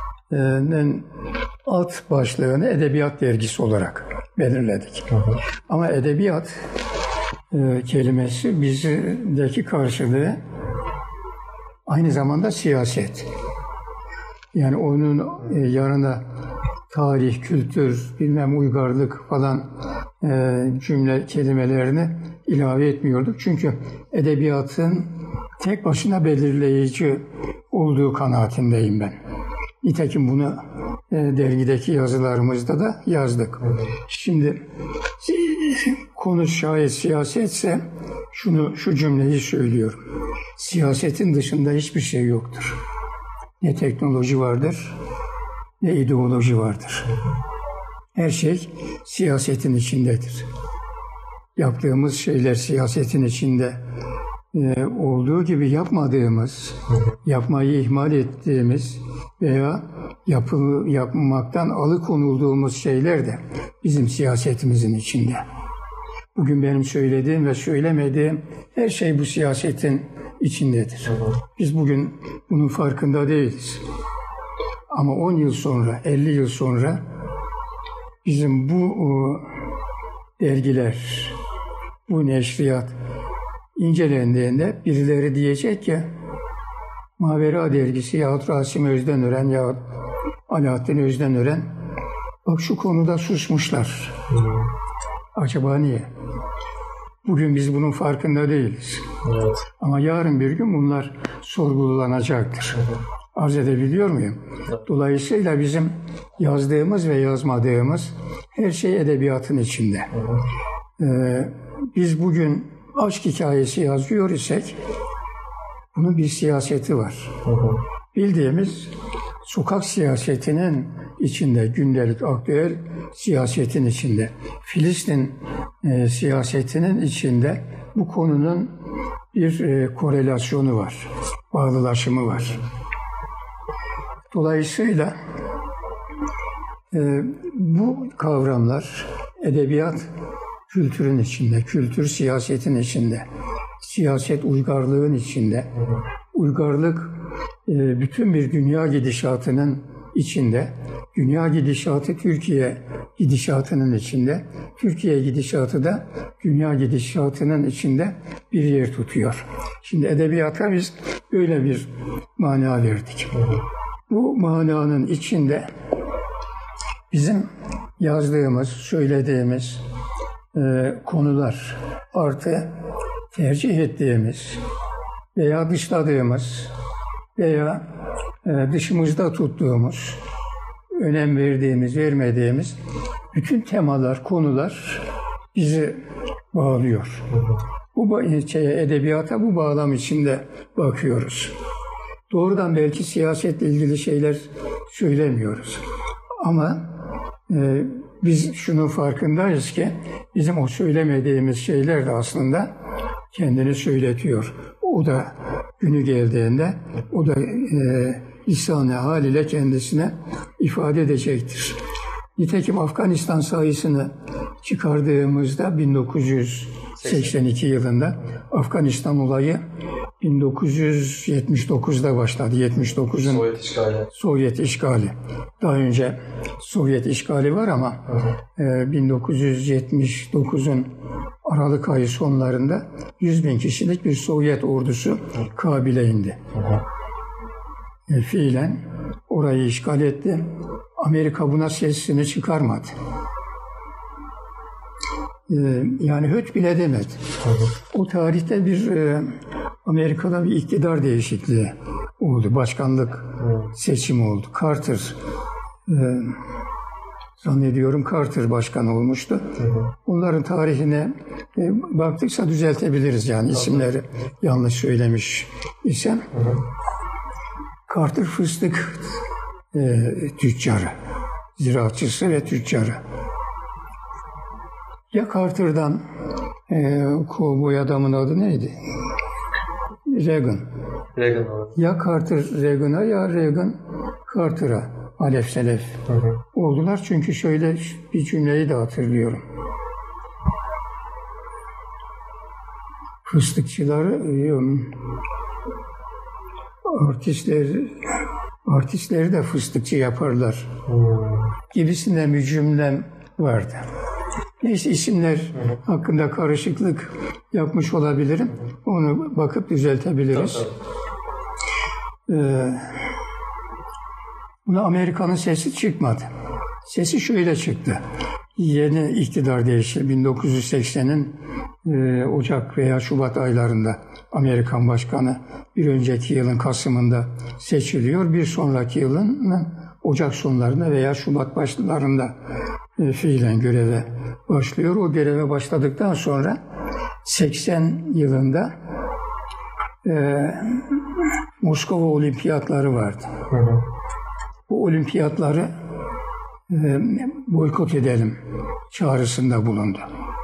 alt başlığını edebiyat dergisi olarak belirledik. Hı hı. Ama edebiyat e, kelimesi bizdeki karşılığı aynı zamanda siyaset. Yani onun e, yanına tarih, kültür, bilmem uygarlık falan e, cümle kelimelerini ilave etmiyorduk. Çünkü edebiyatın tek başına belirleyici olduğu kanaatindeyim ben. Nitekim bunu e, dergideki yazılarımızda da yazdık. Şimdi konu şayet siyasetse şunu şu cümleyi söylüyorum. Siyasetin dışında hiçbir şey yoktur. Ne teknoloji vardır, ne ideoloji vardır. Her şey siyasetin içindedir. Yaptığımız şeyler siyasetin içinde e, olduğu gibi yapmadığımız, yapmayı ihmal ettiğimiz veya yapı, yapmaktan alıkonulduğumuz şeyler de bizim siyasetimizin içinde. Bugün benim söylediğim ve söylemediğim her şey bu siyasetin içindedir. Biz bugün bunun farkında değiliz. Ama on yıl sonra, elli yıl sonra bizim bu o, dergiler, bu neşriyat incelendiğinde birileri diyecek ki Mavera dergisi yahut Rasim Özdenören yahut Alaaddin Özdenören bak şu konuda susmuşlar. Hmm. Acaba niye? Bugün biz bunun farkında değiliz. Evet. Ama yarın bir gün bunlar sorgulanacaktır. Evet. Arz edebiliyor muyum? Evet. Dolayısıyla bizim yazdığımız ve yazmadığımız her şey edebiyatın içinde. Evet. Ee, biz bugün aşk hikayesi yazıyor isek bunun bir siyaseti var. Evet. Bildiğimiz sokak siyasetinin içinde, gündelik, aktüel siyasetin içinde, Filistin e, siyasetinin içinde bu konunun bir e, korelasyonu var, bağlılaşımı var. Dolayısıyla e, bu kavramlar edebiyat kültürün içinde, kültür siyasetin içinde, siyaset uygarlığın içinde, uygarlık e, bütün bir dünya gidişatının içinde, dünya gidişatı Türkiye gidişatının içinde, Türkiye gidişatı da dünya gidişatının içinde bir yer tutuyor. Şimdi edebiyata biz böyle bir mana verdik. Bu mananın içinde bizim yazdığımız, söylediğimiz e, konular artı tercih ettiğimiz veya dışladığımız veya e, dışımızda tuttuğumuz, önem verdiğimiz, vermediğimiz bütün temalar, konular bizi bağlıyor. Bu şey, edebiyata bu bağlam içinde bakıyoruz. Doğrudan belki siyasetle ilgili şeyler söylemiyoruz. Ama e, biz şunun farkındayız ki bizim o söylemediğimiz şeyler de aslında kendini söyletiyor. O da günü geldiğinde o da e, lisan-ı hal ile kendisine ifade edecektir. Nitekim Afganistan sayısını çıkardığımızda bin dokuz yüz seksen iki yılında Afganistan olayı bin dokuz yüz yetmiş dokuzda başladı. yetmiş dokuzun Sovyet işgali. Sovyet işgali. Daha önce Sovyet işgali var ama e, bin dokuz yüz yetmiş dokuzun Aralık ayı sonlarında yüz bin kişilik bir Sovyet ordusu Kabil'e indi. E, fiilen orayı işgal etti. Amerika buna sesini çıkarmadı. E, yani höt bile demedi. O tarihte bir e, Amerika'da bir iktidar değişikliği oldu. Başkanlık seçimi oldu. Carter e, zannediyorum Carter başkan olmuştu. Bunların tarihine e, baktıksa düzeltebiliriz yani isimleri yanlış söylemiş isem. Carter fıstık e, tüccarı, ziraatçısı ve tüccarı. Ya Carter'dan e, kovboy adamın adı neydi? Reagan. Reagan. Ya Carter Reagan'a ya Reagan Carter'a alef selef hı hı. oldular. Çünkü şöyle bir cümleyi de hatırlıyorum. Fıstıkçıları artistler artistleri de fıstıkçı yaparlar gibisinden bir cümlem vardı. Neyse isimler hı hı. hakkında karışıklık yapmış olabilirim. Onu bakıp düzeltebiliriz. Ee, buna Amerika'nın sesi çıkmadı. Sesi şöyle çıktı. Yeni iktidar değişti. bin dokuz yüz seksenin e, Ocak veya Şubat aylarında Amerikan başkanı bir önceki yılın Kasım'ında seçiliyor. Bir sonraki yılın Ocak sonlarında veya Şubat başlarında e, fiilen göreve başlıyor. O göreve başladıktan sonra seksen yılında e, Moskova olimpiyatları vardı. Hı hı. Bu olimpiyatları e, boykot edelim çağrısında bulundu.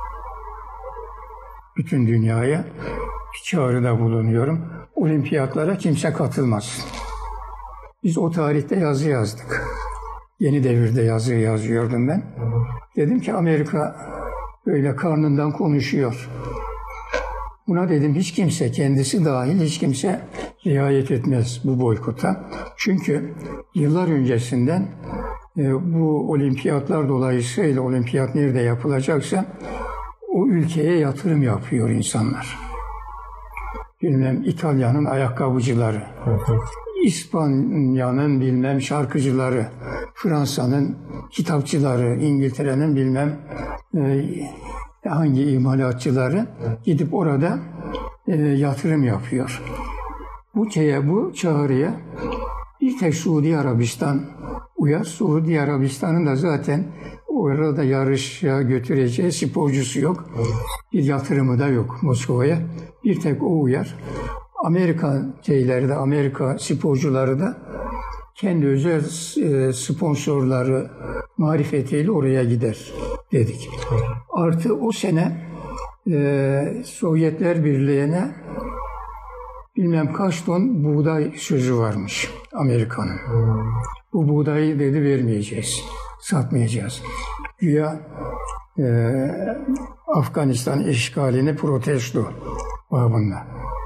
Bütün dünyaya bir çağrıda bulunuyorum. Olimpiyatlara kimse katılmasın. Biz o tarihte yazı yazdık. Yeni Devir'de yazı yazıyordum ben. Dedim ki Amerika böyle karnından konuşuyor. Buna dedim hiç kimse, kendisi dahil hiç kimse riayet etmez bu boykota. Çünkü yıllar öncesinden e, bu olimpiyatlar dolayısıyla olimpiyat nerede yapılacaksa o ülkeye yatırım yapıyor insanlar. Bilmem İtalya'nın ayakkabıcıları, İspanya'nın bilmem şarkıcıları, Fransa'nın kitapçıları, İngiltere'nin bilmem e, hangi imalatçıları gidip orada e, yatırım yapıyor. Bu şeye, bu çağrıya bir tek Suudi Arabistan uyar. Suudi Arabistan'ın da zaten orada yarışa götüreceği sporcusu yok. Bir yatırımı da yok Moskova'ya. Bir tek o uyar. Amerika şeyleri de, Amerika sporcuları da kendi özel e, sponsorları marifetiyle oraya gider dedik. Artı o sene e, Sovyetler Birliği'ne bilmem kaç ton buğday sözü varmış Amerika'nın. Bu buğdayı dedi vermeyeceğiz, satmayacağız. Güya e, Afganistan işgalini protesto babında.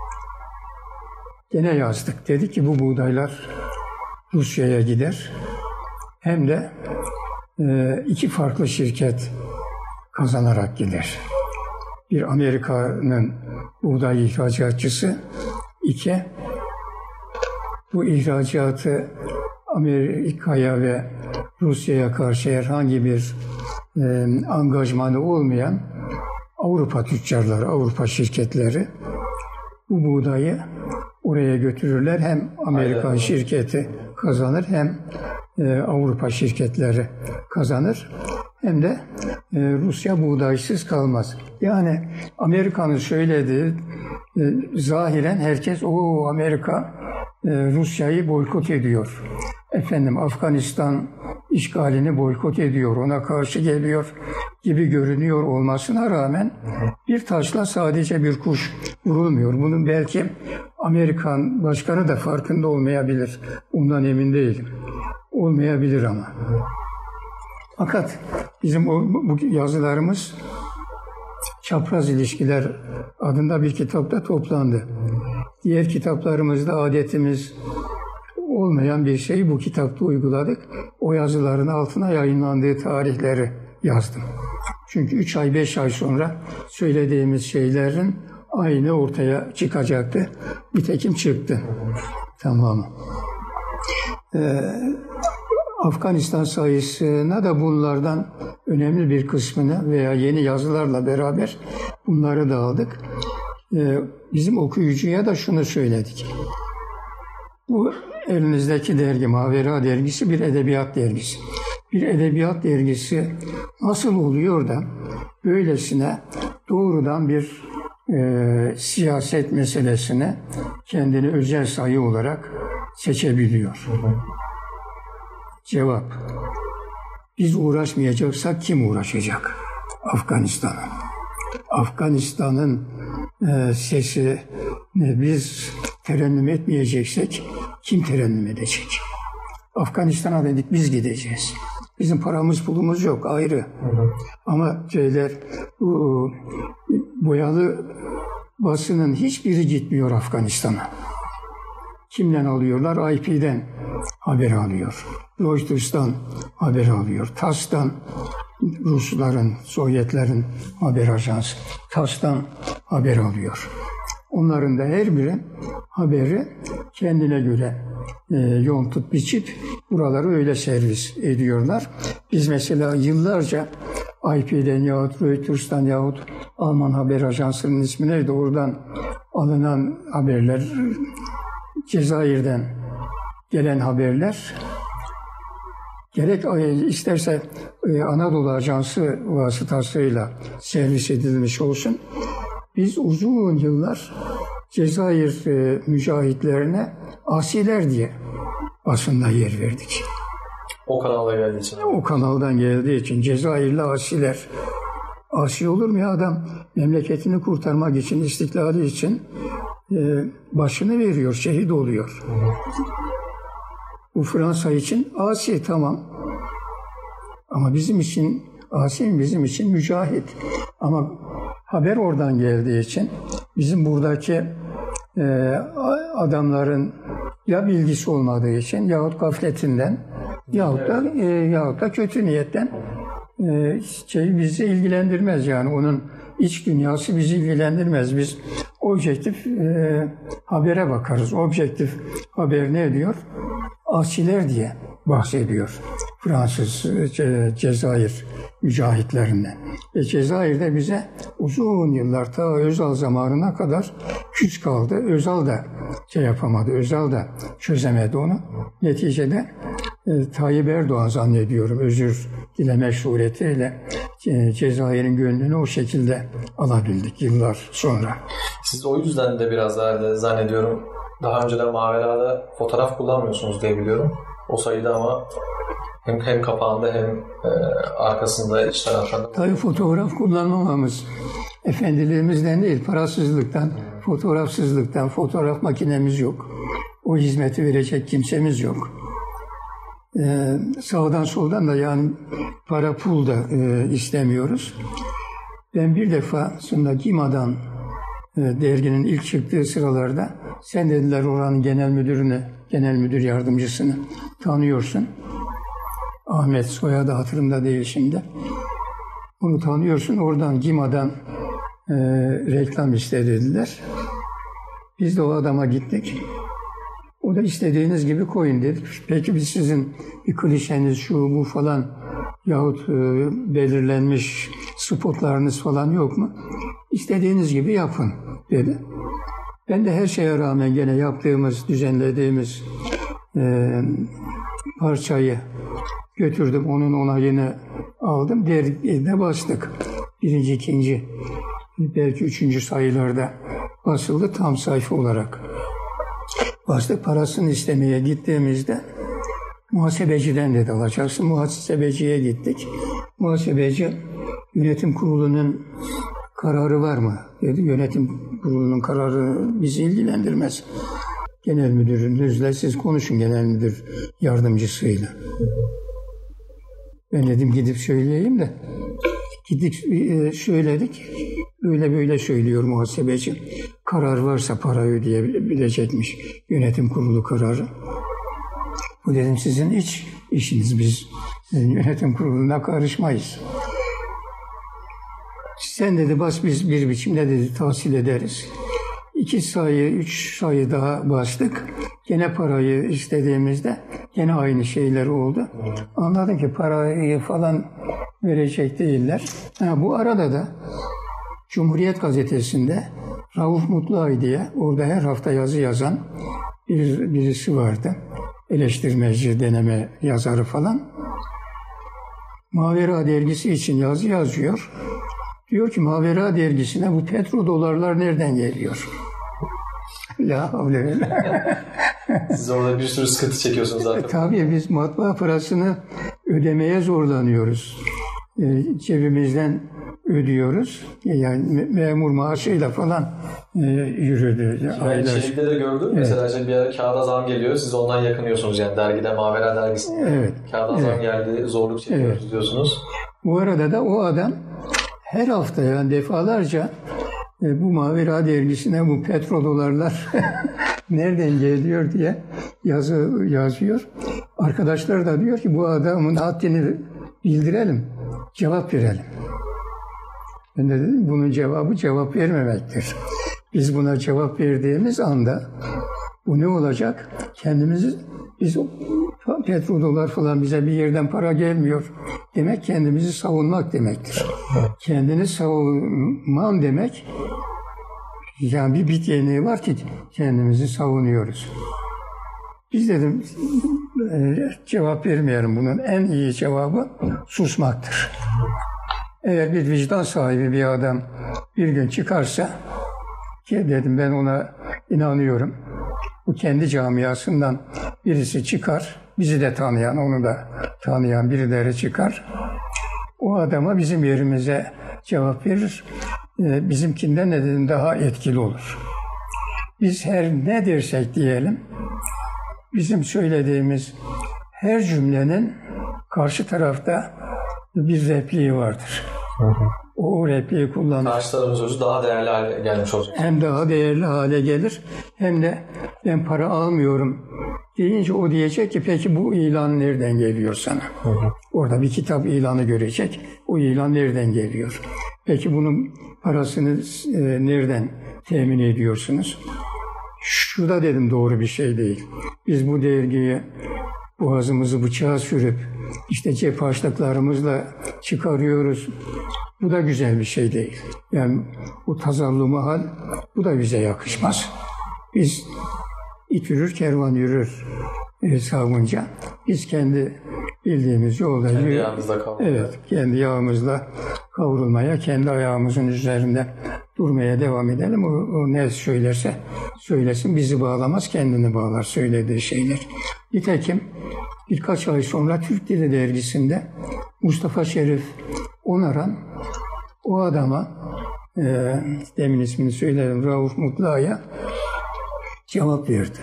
Gene yazdık. Dedi ki bu buğdaylar Rusya'ya gider. Hem de e, iki farklı şirket kazanarak gider. Bir Amerika'nın buğday ihracatçısı, iki bu ihracatı Amerika'ya ve Rusya'ya karşı herhangi bir e, angajmanı olmayan Avrupa tüccarları, Avrupa şirketleri bu buğdayı oraya götürürler. Hem Amerika Aynen. şirketi kazanır hem e, Avrupa şirketleri kazanır. hem de e, Rusya buğdaysız kalmaz. Yani Amerika'nın söylediği e, zahiren herkes o Amerika e, Rusya'yı boykot ediyor. Efendim Afganistan işgalini boykot ediyor, ona karşı geliyor gibi görünüyor olmasına rağmen bir taşla sadece bir kuş vurulmuyor. Bunun belki Amerikan başkanı da farkında olmayabilir. Ondan emin değilim. Olmayabilir ama. Fakat bizim o, bu yazılarımız Çapraz İlişkiler adında bir kitapta toplandı. Diğer kitaplarımızda adetimiz olmayan bir şeyi bu kitapta uyguladık. O yazıların altına yayınlandığı tarihleri yazdım. Çünkü üç ay, beş ay sonra söylediğimiz şeylerin aynı ortaya çıkacaktı. Nitekim çıktı. Tamam. Ee, Afganistan sayısına da bunlardan önemli bir kısmını veya yeni yazılarla beraber bunları da aldık. Ee, bizim okuyucuya da şunu söyledik. Bu elinizdeki dergi, Mavera dergisi bir edebiyat dergisi. Bir edebiyat dergisi nasıl oluyor da böylesine doğrudan bir e, siyaset meselesine kendini özel sayı olarak seçebiliyor? Cevap: biz uğraşmayacaksak kim uğraşacak? Afganistan'ın. Afganistan'ın e, sesi ne biz terennüm etmeyeceksek kim terennüm edecek? Afganistan'a dedik biz gideceğiz. Bizim paramız pulumuz yok ayrı. Hı hı. Ama şeyler bu boyalı basının hiçbiri gitmiyor Afganistan'a. Kimden alıyorlar? I P'den haber alıyor. Reuters'tan haber alıyor. TASS'tan, Rusların, Sovyetlerin haber ajansı. TASS'tan haber alıyor. Onların da her biri haberi kendine göre e, yontup biçip buraları öyle servis ediyorlar. Biz mesela yıllarca I P'den yahut Reuters'tan yahut Alman haber ajansının ismi neydi? Oradan alınan haberler, Cezayir'den gelen haberler, gerek isterse Anadolu Ajansı vasıtasıyla servis edilmiş olsun. Biz uzun yıllar Cezayir e, mücahitlerine asiler diye basında yer verdik. O kanalda geldiği için. O kanaldan geldiği için Cezayirli asiler. Asi olur mu ya adam? Memleketini kurtarmak için, istiklali için e, başını veriyor, şehit oluyor. Hı hı. Bu Fransa için asi tamam. Ama bizim için, asi bizim için mücahit. Ama haber oradan geldiği için bizim buradaki e, adamların ya bilgisi olmadığı için yahut gafletinden yahut da, e, yahut da kötü niyetten e, şey bizi ilgilendirmez. Yani onun iç dünyası bizi ilgilendirmez. Biz objektif e, habere bakarız. Objektif haber ne diyor? Asiler diye bahsediyor Fransız Ce- Cezayir mücahitlerinden. Ve Cezayir'de bize uzun yıllar ta Özal zamanına kadar küs kaldı. Özal da şey yapamadı, Özal da çözemedi onu. Neticede e, Tayyip Erdoğan zannediyorum özür dilemek suretiyle e, Cezayir'in gönlünü o şekilde alabildik yıllar sonra. Siz o yüzden de biraz daha de zannediyorum daha önceden Mavera'da fotoğraf kullanmıyorsunuz diye biliyorum. O sayıda ama hem hem kapağında hem e, arkasında iç tarafında. Tabii fotoğraf kullanmamamız efendiliğimizden değil, parasızlıktan, fotoğrafsızlıktan. Fotoğraf makinemiz yok. O hizmeti verecek kimsemiz yok. Ee, sağdan soldan da yani para pul da e, istemiyoruz. Ben bir defasında Gima'dan e, derginin ilk çıktığı sıralarda sen dediler oranın genel müdürünü, genel müdür yardımcısını tanıyorsun. Ahmet, soyadı hatırımda değil şimdi. Onu tanıyorsun. Oradan Gima'dan e, reklam istediler. Biz de o adama gittik. O da istediğiniz gibi koyun dedi. Peki biz sizin bir klişeniz şu bu falan yahut e, belirlenmiş spotlarınız falan yok mu? İstediğiniz gibi yapın dedi. Ben de her şeye rağmen gene yaptığımız, düzenlediğimiz e, parçayı Götürdüm, onun onayını aldım. Dergide bastık. Birinci, ikinci, belki üçüncü sayılarda basıldı tam sayfa olarak. Bastık, parasını istemeye gittiğimizde muhasebeciden dedi alacaksın. Muhasebeciye gittik. Muhasebeci yönetim kurulunun kararı var mı dedi. Yönetim kurulunun kararı bizi ilgilendirmez. Genel müdürünüzle siz konuşun, genel müdür yardımcısıyla. Ben dedim gidip söyleyeyim de. Gidip söyledik. Öyle böyle söylüyor muhasebeci. Karar varsa para ödeyebilecekmiş. Yönetim kurulu kararı. Bu dedim sizin iç işiniz. Biz sizin yönetim kuruluna karışmayız. Sen dedi bas biz bir biçimde dedi tahsil ederiz. İki sayı, üç sayı daha bastık. Gene parayı istediğimizde gene aynı şeyler oldu. Anladım ki parayı falan verecek değiller. Ha, bu arada da Cumhuriyet Gazetesi'nde Rauf Mutluay diye orada her hafta yazı yazan bir, birisi vardı. Eleştirmeci, deneme yazarı falan. Mavera dergisi için yazı yazıyor. Diyor ki Mavera dergisine bu petrodolarlar nereden geliyor? La havle ve la. Siz orada bir sürü sıkıntı çekiyorsunuz zaten. Tabii biz matbaa parasını ödemeye zorlanıyoruz. E, cebimizden ödüyoruz. Yani memur maaşıyla falan e, yürüdü. Ben şeyde de gördüm. Evet. Mesela işte bir ara kağıda zam geliyor. Siz ondan yakınıyorsunuz yani dergide, Mavera dergisinde. Evet. Kağıda zam evet. geldi, zorluk çekiyoruz evet. diyorsunuz. Bu arada da o adam her hafta yani defalarca e, bu Mavera dergisine bu petrodolarlar nereden geliyor diye yazı yazıyor. Arkadaşlar da diyor ki bu adamın haddini bildirelim, cevap verelim. Ben de dedim bunun cevabı cevap vermemektir. Biz buna cevap verdiğimiz anda bu ne olacak? Kendimizi biz petrodolar falan bize bir yerden para gelmiyor. Demek kendimizi savunmak demektir. Kendini savunman demek yani bir bit yeteneği var ki kendimizi savunuyoruz. Biz dedim e, cevap vermeyelim. Bunun en iyi cevabı susmaktır. Eğer bir vicdan sahibi bir adam bir gün çıkarsa ki dedim ben ona inanıyorum. Bu kendi camiasından birisi çıkar. Bizi de tanıyan, onu da tanıyan birileri çıkar. O adama bizim yerimize cevap verir. E, bizimkinden ne dedim daha etkili olur. Biz her ne dersek diyelim, bizim söylediğimiz her cümlenin karşı tarafta bir repliği vardır. Hı hı. O, o repliği kullanır. Karşı tarafın sözü daha değerli hale gelmiş olacak. Hem daha değerli hale gelir hem de ben para almıyorum deyince o diyecek ki peki bu ilan nereden geliyor sana? Hı hı. Orada bir kitap ilanı görecek. O ilan nereden geliyor? Peki bunun parasını e, nereden temin ediyorsunuz? Şu da dedim doğru bir şey değil. Biz bu dergiyi boğazımızı bıçağa sürüp işte cep harçlıklarımızla çıkarıyoruz. Bu da güzel bir şey değil. Yani bu tazallum hal, bu da bize yakışmaz. Biz it yürür, kervan yürür hesabınca. Biz kendi bildiğimiz yolda kendi yürü, yağımızla kavrulmaya. Evet, kendi yağımızla kavrulmaya, kendi ayağımızın üzerinde durmaya devam edelim. O, o ne söylerse söylesin, bizi bağlamaz, kendini bağlar söylediği şeyler. Nitekim birkaç ay sonra Türk Dili Dergisi'nde Mustafa Şerif Onaran o adama, e, demin ismini söyledim, Rauf Mutluay'a cevap verdi.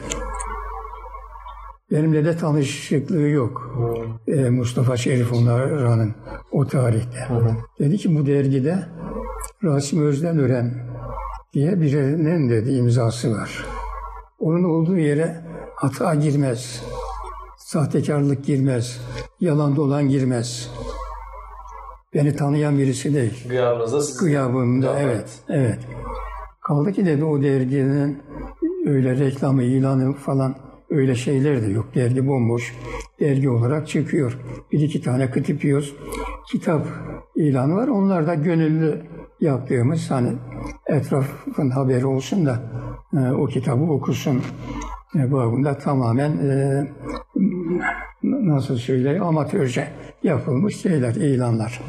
Benimle de tanışıklığı yok. E, Mustafa Şerif Onaran'ın o tarihte. Hı hı. Dedi ki bu dergide Rasim Özdenören diye birinin dedi imzası var. Onun olduğu yere hata girmez. Sahtekarlık girmez. Yalan dolan girmez. Beni tanıyan birisi değil. Gıyabınızda siz... Gıyabımda evet. Evet. Kaldı ki dedi o derginin öyle reklamı, ilanı falan öyle şeyler de yok. Dergi bomboş. Dergi olarak çıkıyor. Bir iki tane kıtıpıyoruz. Kitap ilanı var. Onlar da gönüllü yaptığımız hani etrafın haberi olsun da e, o kitabı okusun e, babında tamamen e, nasıl söyleyeyim, amatörce yapılmış şeyler, ilanlar.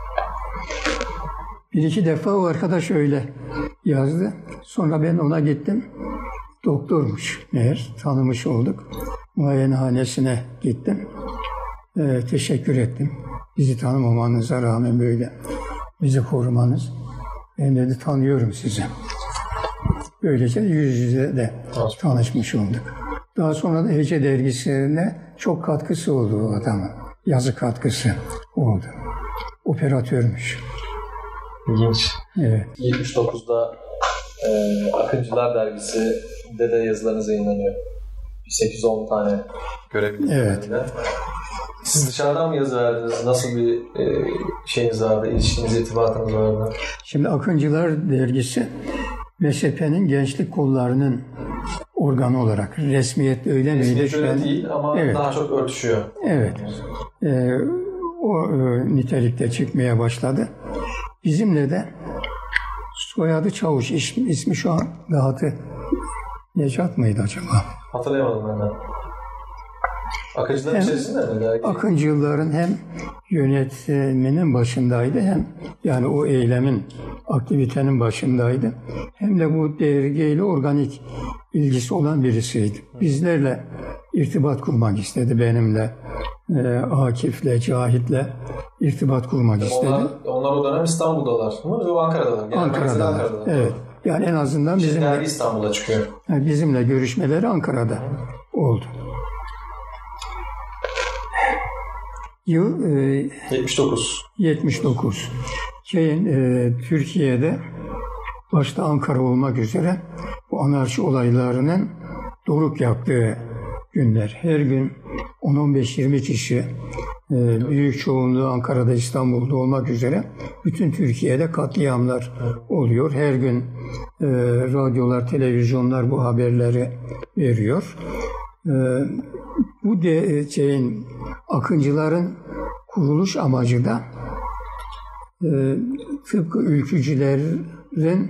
Bir iki defa o arkadaş öyle yazdı. Sonra ben ona gittim. Doktormuş meğer, tanımış olduk. Muayenehanesine gittim. Ee, teşekkür ettim. Bizi tanımamanıza rağmen böyle bizi korumanız. Ben dedi tanıyorum sizi. Böylece yüz yüze de tanışmış olduk. Daha sonra da Hece dergisine çok katkısı oldu o adamın. Yazı katkısı oldu. Operatörmüş. İlginç. Evet. yetmiş dokuzda e, Akıncılar dergisinde de yazılarınız yayınlanıyor. sekiz on tane görebildiğim Evet. kadarıyla. Siz dışarıdan mı yazı verdiniz? Nasıl bir e, şeyiniz vardı? İlişkiniz, irtibatınız vardı? Şimdi Akıncılar dergisi Mezhepe'nin gençlik kollarının organı olarak resmiyette öyle miydi? Resmiyet öyle değil ama evet. daha çok örtüşüyor. Evet. Ee, o e, nitelikte çıkmaya başladı. Bizimle de soyadı Çavuş, ismi, ismi şu an Gahatı Necat mıydı acaba? Hatırlayamadım ben de. Akıncıların içerisinde mi? Belki. Akıncıların hem yönetiminin başındaydı hem yani o eylemin, aktivitenin başındaydı. Hem de bu dergiyle organik ilgisi olan birisiydi. Bizlerle irtibat kurmak istedi benimle. E, Akif'le, Cahit'le irtibat kurmak istedi. Onlar, onlar o dönem İstanbul'dalar mı? Yok Ankara'dalar. Genel Ankara'da. Ankara'dalar. Evet. Yani en azından Şimdi bizimle, dergi İstanbul'da çıkıyor. yani bizimle görüşmeleri Ankara'da oldu. Yıl e, yetmiş dokuz. yetmiş dokuz. Şeyin, e, Türkiye'de başta Ankara olmak üzere bu anarşi olaylarının doruk yaptığı günler. Her gün on on beş yirmi kişi, e, büyük çoğunluğu Ankara'da, İstanbul'da olmak üzere bütün Türkiye'de katliamlar oluyor. Her gün e, radyolar, televizyonlar bu haberleri veriyor. E, bu de şeyin Akıncıların kuruluş amacı da e, tıpkı ülkücülerin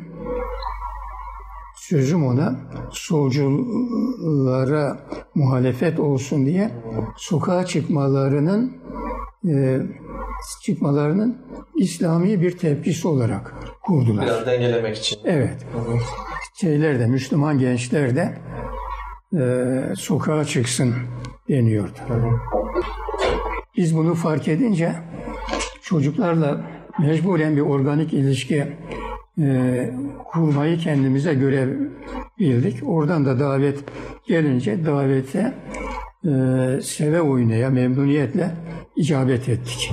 sözüm ona solculara muhalefet olsun diye sokağa çıkmalarının e, çıkmalarının İslami bir tepkisi olarak kurdular. Biraz dengelemek için. Evet. Şeyler de, Müslüman gençler de e, sokağa çıksın deniyordu. Biz bunu fark edince çocuklarla mecburen bir organik ilişki e, kurmayı kendimize görev bildik. Oradan da davet gelince davete e, seve oynaya, memnuniyetle icabet ettik.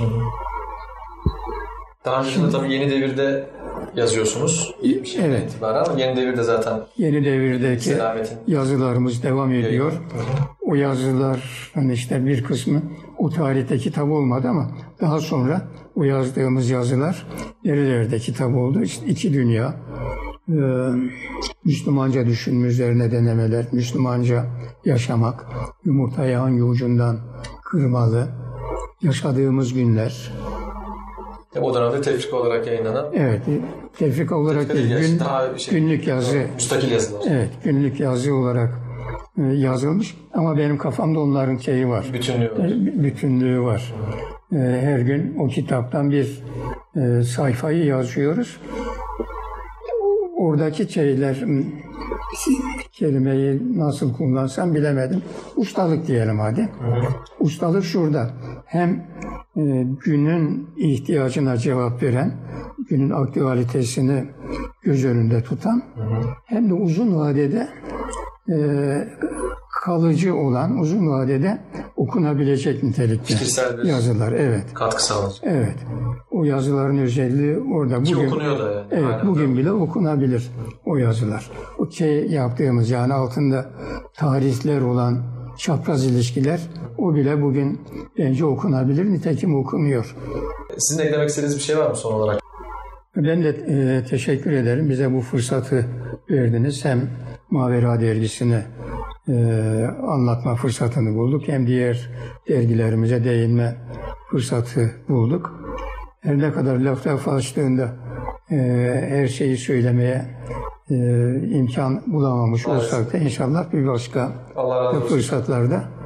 Daha önce de tabii Yeni Devir'de yazıyorsunuz. Evet. Itibaren. Yeni Devir'de zaten Yeni Devir'deki Selamet'in yazılarımız devam ediyor. O yazıların işte bir kısmı o tarihte kitap olmadı ama daha sonra o yazdığımız yazılar nerelerde kitap oldu? İşte iki dünya, e, Müslümanca düşünme üzerine denemeler, Müslümanca yaşamak, yumurtayı hangi ucundan kırmalı, yaşadığımız günler. o dönemde tefrika olarak yayınlanan. Evet, tefrika olarak Tefrika değil, gün, daha şey, günlük yazı. Müstakil yazılar. Evet, günlük yazı olarak e, yazılmış ama benim kafamda onların şeyi var. Bütünlüğü var. E, bütünlüğü var. E, her gün o kitaptan bir e, sayfayı yazıyoruz. Oradaki şeyler, kelimeyi nasıl kullansam bilemedim. Ustalık diyelim hadi. Hı hı. Ustalık şurada. Hem e, günün ihtiyacına cevap veren, günün aktualitesini göz önünde tutan, hı hı. hem de uzun vadede e, kalıcı olan, uzun vadede okunabilecek nitelikte yazılar. Evet. Katkı sağlayacak. Evet. O yazıların özelliği orada. Ki bugün, okunuyor da yani. Evet. Aynen. Bugün bile okunabilir o yazılar. O şey yaptığımız yani altında tarihler olan çapraz ilişkiler o bile bugün bence okunabilir. Nitekim okunuyor. Sizin eklemek istediğiniz bir şey var mı son olarak? Ben de e, teşekkür ederim. Bize bu fırsatı verdiniz. Hem Mavera dergisini e, anlatma fırsatını bulduk. Hem diğer dergilerimize değinme fırsatı bulduk. Her ne kadar laf laf açtığında e, her şeyi söylemeye e, imkan bulamamış evet. olsak da inşallah bir başka Allah razı olsun. fırsatlarda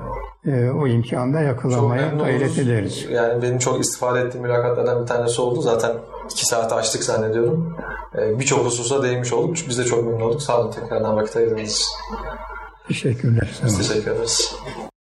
e, o imkanı da yakalamaya gayret ederiz. Yani benim çok istifade ettiğim mülakatlardan bir tanesi oldu. Zaten iki saate açtık zannediyorum. E, Birçok hususa değinmiş olduk. Biz de çok memnun olduk. Sağ olun tekrardan vakit ayırdığınız için. Teşekkürler. Biz teşekkür ederiz.